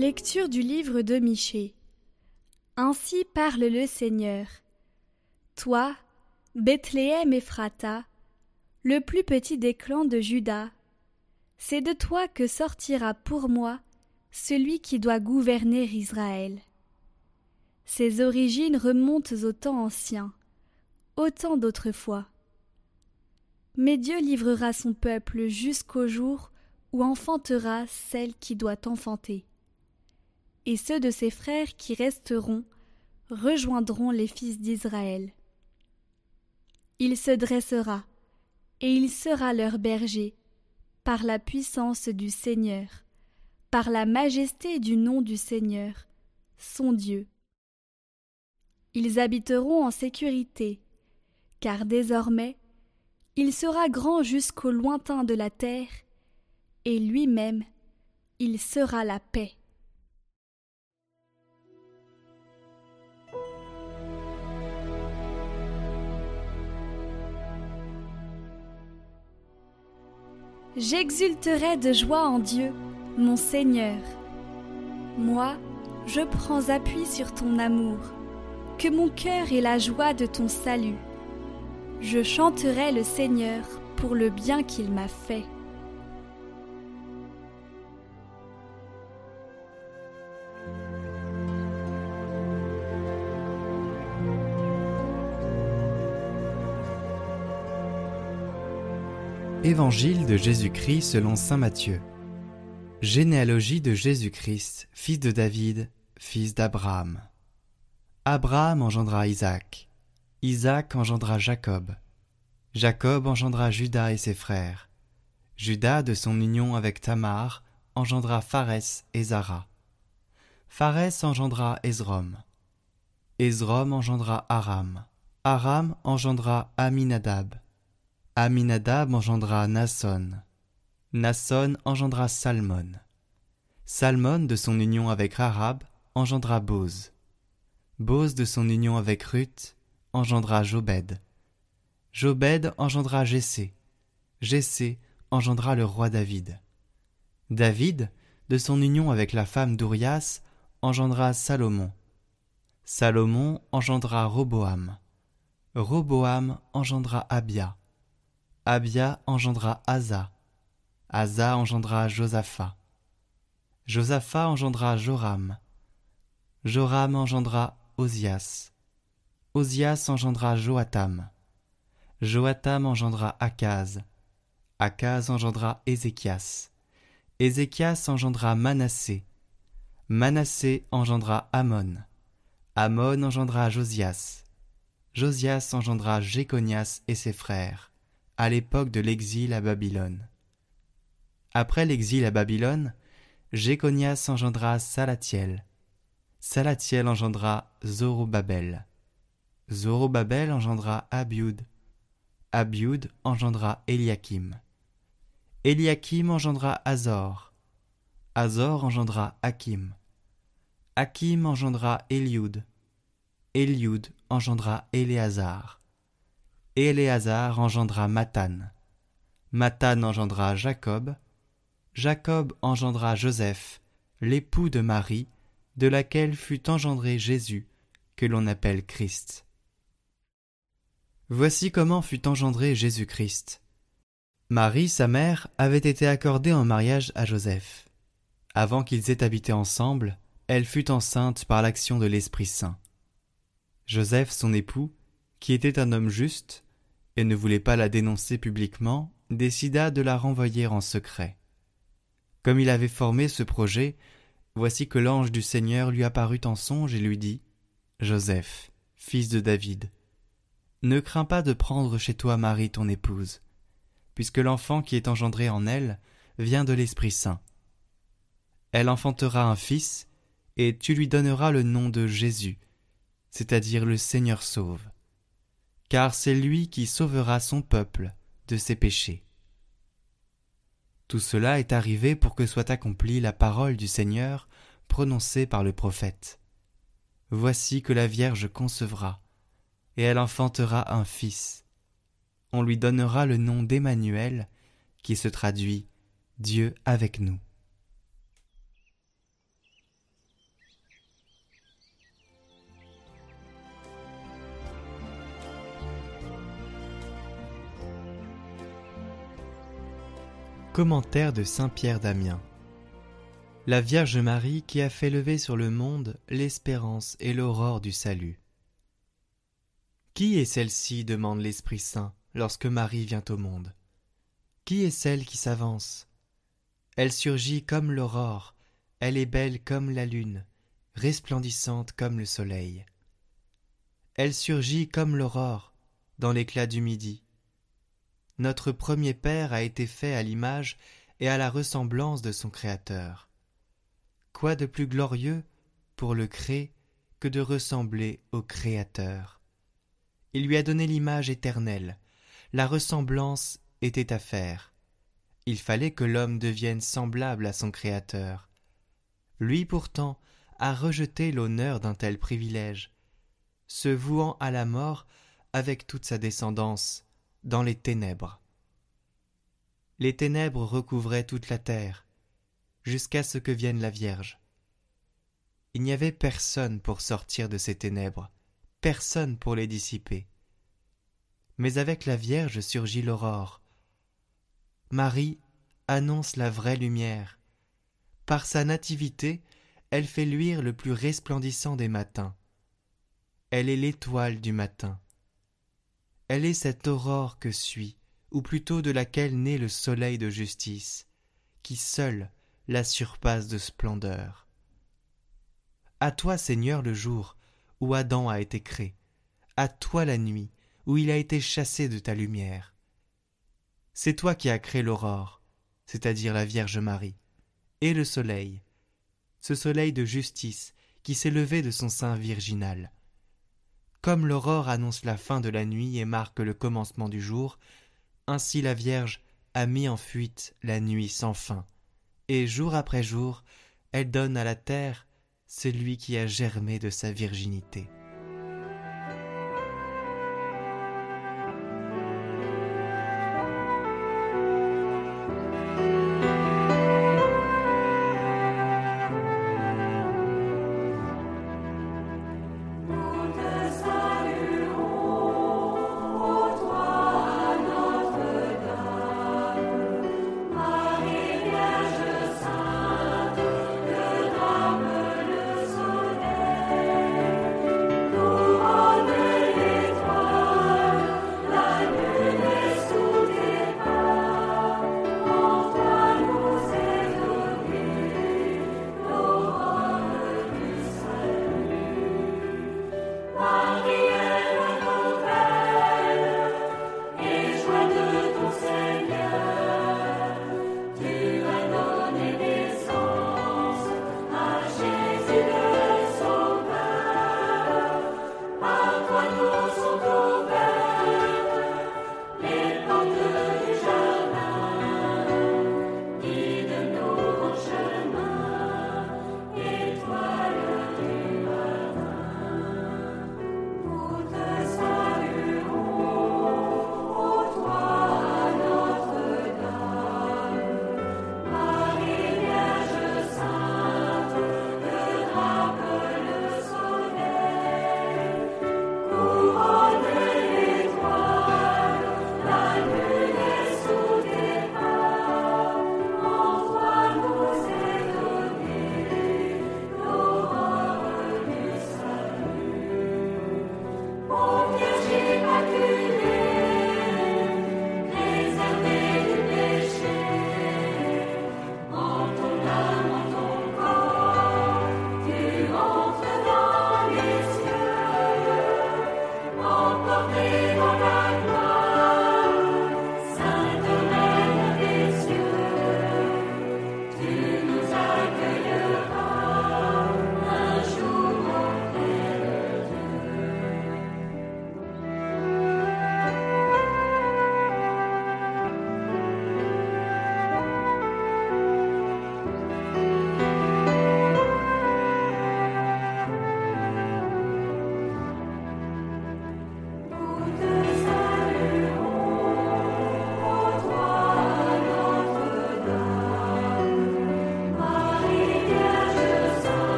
Lecture du livre de Michée. Ainsi parle le Seigneur. Toi, Bethléem Ephrata, le plus petit des clans de Juda, c'est de toi que sortira pour moi celui qui doit gouverner Israël. Ses origines remontent au temps ancien, au temps d'autrefois. Mais Dieu livrera son peuple jusqu'au jour où enfantera celle qui doit enfanter. Et ceux de ses frères qui resteront rejoindront les fils d'Israël. Il se dressera, et il sera leur berger, par la puissance du Seigneur, par la majesté du nom du Seigneur, son Dieu. Ils habiteront en sécurité, car désormais, il sera grand jusqu'au lointain de la terre, et lui-même, il sera la paix. J'exulterai de joie en Dieu, mon Seigneur. Moi, je prends appui sur ton amour, que mon cœur ait la joie de ton salut. Je chanterai le Seigneur pour le bien qu'il m'a fait. Évangile de Jésus-Christ selon saint Matthieu. Généalogie de Jésus-Christ, fils de David, fils d'Abraham. Abraham engendra Isaac. Isaac engendra Jacob. Jacob engendra Juda et ses frères. Juda, de son union avec Tamar, engendra Pharès et Zara. Pharès engendra Hésrom. Hésrom engendra Aram. Aram engendra Aminadab. Aminadab engendra Nasson. Nasson engendra Salmon. Salmon, de son union avec Rahab, engendra Boz. Boz, de son union avec Ruth, engendra Jobed. Jobed engendra Jessé. Jessé engendra le roi David. David, de son union avec la femme d'Urias, engendra Salomon. Salomon engendra Roboam. Roboam engendra Abia. Abia engendra Asa. Asa engendra Josaphat. Josaphat engendra Joram. Joram engendra Osias. Osias engendra Joatam. Joatam engendra Akaz. Akaz engendra Ézéchias. Ézéchias engendra Manassé. Manassé engendra Amon. Amon engendra Josias. Josias engendra Jéconias et ses frères, à l'époque de l'exil à Babylone. Après l'exil à Babylone, Jéconias engendra Salathiel. Salathiel engendra Zorobabel. Zorobabel engendra Abiud. Abiud engendra Eliakim. Eliakim engendra Azor. Azor engendra Hakim. Hakim engendra Eliud. Eliud engendra Éléazar. Éléazar engendra Mathan. Mathan engendra Jacob. Jacob engendra Joseph, l'époux de Marie, de laquelle fut engendré Jésus, que l'on appelle Christ. Voici comment fut engendré Jésus-Christ. Marie, sa mère, avait été accordée en mariage à Joseph. Avant qu'ils aient habité ensemble, elle fut enceinte par l'action de l'Esprit Saint. Joseph, son époux, qui était un homme juste, et ne voulait pas la dénoncer publiquement, décida de la renvoyer en secret. Comme il avait formé ce projet, voici que l'ange du Seigneur lui apparut en songe et lui dit : « Joseph, fils de David, ne crains pas de prendre chez toi Marie ton épouse, puisque l'enfant qui est engendré en elle vient de l'Esprit Saint. Elle enfantera un fils, et tu lui donneras le nom de Jésus, c'est-à-dire le Seigneur sauve. Car c'est lui qui sauvera son peuple de ses péchés. » Tout cela est arrivé pour que soit accomplie la parole du Seigneur prononcée par le prophète. Voici que la Vierge concevra, et elle enfantera un fils. On lui donnera le nom d'Emmanuel, qui se traduit « Dieu avec nous ». Commentaire de saint Pierre d'Amiens. La Vierge Marie qui a fait lever sur le monde l'espérance et l'aurore du salut. Qui est celle-ci, demande l'Esprit Saint, lorsque Marie vient au monde? Qui est celle qui s'avance? Elle surgit comme l'aurore, elle est belle comme la lune, resplendissante comme le soleil. Elle surgit comme l'aurore, dans l'éclat du midi. Notre premier Père a été fait à l'image et à la ressemblance de son Créateur. Quoi de plus glorieux pour le Cré que de ressembler au Créateur? Il lui a donné l'image éternelle. La ressemblance était à faire. Il fallait que l'homme devienne semblable à son Créateur. Lui pourtant a rejeté l'honneur d'un tel privilège, se vouant à la mort avec toute sa descendance dans les ténèbres. Les ténèbres recouvraient toute la terre, jusqu'à ce que vienne la Vierge. Il n'y avait personne pour sortir de ces ténèbres, personne pour les dissiper. Mais avec la Vierge surgit l'aurore. Marie annonce la vraie lumière. Par sa nativité, elle fait luire le plus resplendissant des matins. Elle est l'étoile du matin. Elle est cette aurore que suit, ou plutôt de laquelle naît le soleil de justice, qui seul la surpasse de splendeur. À toi, Seigneur, le jour où Adam a été créé, à toi la nuit où il a été chassé de ta lumière. C'est toi qui as créé l'aurore, c'est-à-dire la Vierge Marie, et le soleil, ce soleil de justice qui s'est levé de son sein virginal. Comme l'aurore annonce la fin de la nuit et marque le commencement du jour, ainsi la Vierge a mis en fuite la nuit sans fin, et jour après jour, elle donne à la terre celui qui a germé de sa virginité.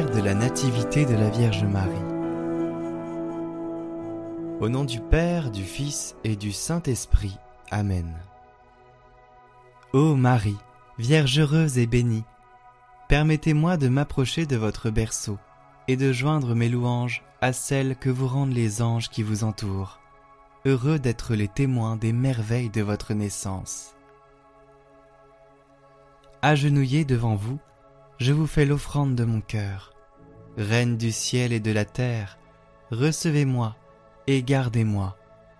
Mystère de la Nativité de la Vierge Marie. Au nom du Père, du Fils et du Saint-Esprit. Amen. Ô Marie, Vierge heureuse et bénie, permettez-moi de m'approcher de votre berceau et de joindre mes louanges à celles que vous rendent les anges qui vous entourent, heureux d'être les témoins des merveilles de votre naissance. Agenouillé devant vous, je vous fais l'offrande de mon cœur. Reine du ciel et de la terre, recevez-moi et gardez-moi.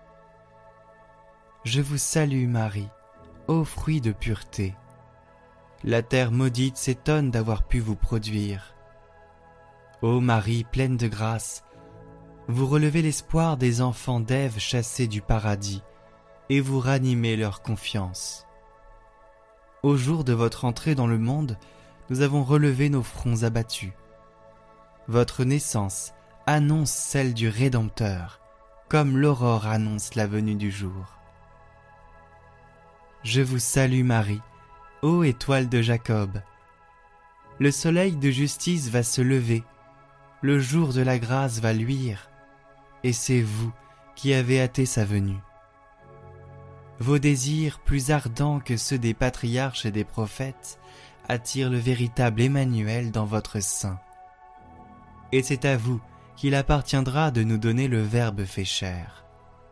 Je vous salue Marie, ô fruit de pureté. La terre maudite s'étonne d'avoir pu vous produire. Ô Marie pleine de grâce, vous relevez l'espoir des enfants d'Ève chassés du paradis et vous ranimez leur confiance. Au jour de votre entrée dans le monde, nous avons relevé nos fronts abattus. Votre naissance annonce celle du Rédempteur, comme l'aurore annonce la venue du jour. Je vous salue Marie, ô étoile de Jacob. Le soleil de justice va se lever, le jour de la grâce va luire, et c'est vous qui avez hâté sa venue. Vos désirs, plus ardents que ceux des patriarches et des prophètes, attirent le véritable Emmanuel dans votre sein. Et c'est à vous qu'il appartiendra de nous donner le Verbe fait chair.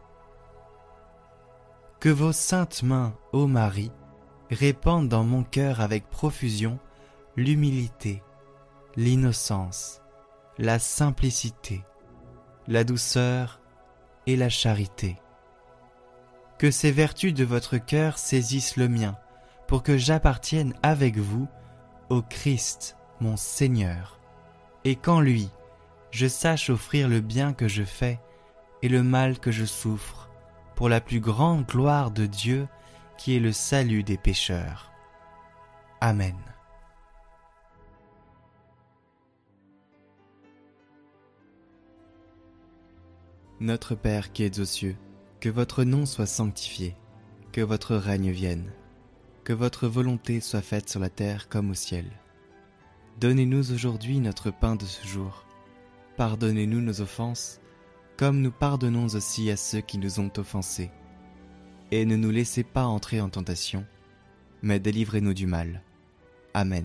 Que vos saintes mains, ô Marie, répandent dans mon cœur avec profusion l'humilité, l'innocence, la simplicité, la douceur et la charité. Que ces vertus de votre cœur saisissent le mien, pour que j'appartienne avec vous au Christ, mon Seigneur, et qu'en lui, je sache offrir le bien que je fais et le mal que je souffre, pour la plus grande gloire de Dieu, qui est le salut des pécheurs. Amen. Notre Père qui es aux cieux, que votre nom soit sanctifié, que votre règne vienne, que votre volonté soit faite sur la terre comme au ciel. Donnez-nous aujourd'hui notre pain de ce jour. Pardonnez-nous nos offenses, comme nous pardonnons aussi à ceux qui nous ont offensés. Et ne nous laissez pas entrer en tentation, mais délivrez-nous du mal. Amen.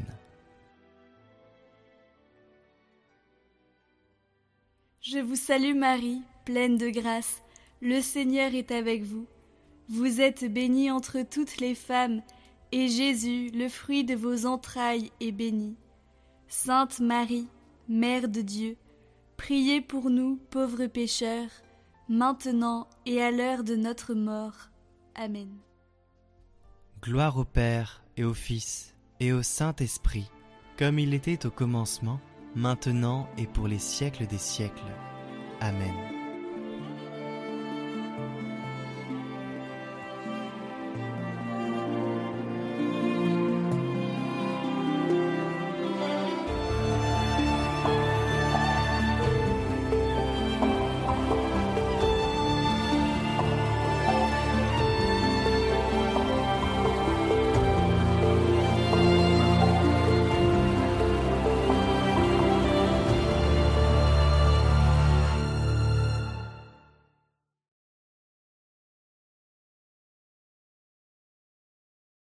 Je vous salue Marie, pleine de grâce, le Seigneur est avec vous. Vous êtes bénie entre toutes les femmes, et Jésus, le fruit de vos entrailles, est béni. Sainte Marie, Mère de Dieu, priez pour nous, pauvres pécheurs, maintenant et à l'heure de notre mort. Amen. Gloire au Père et au Fils et au Saint-Esprit, comme il était au commencement, maintenant et pour les siècles des siècles. Amen.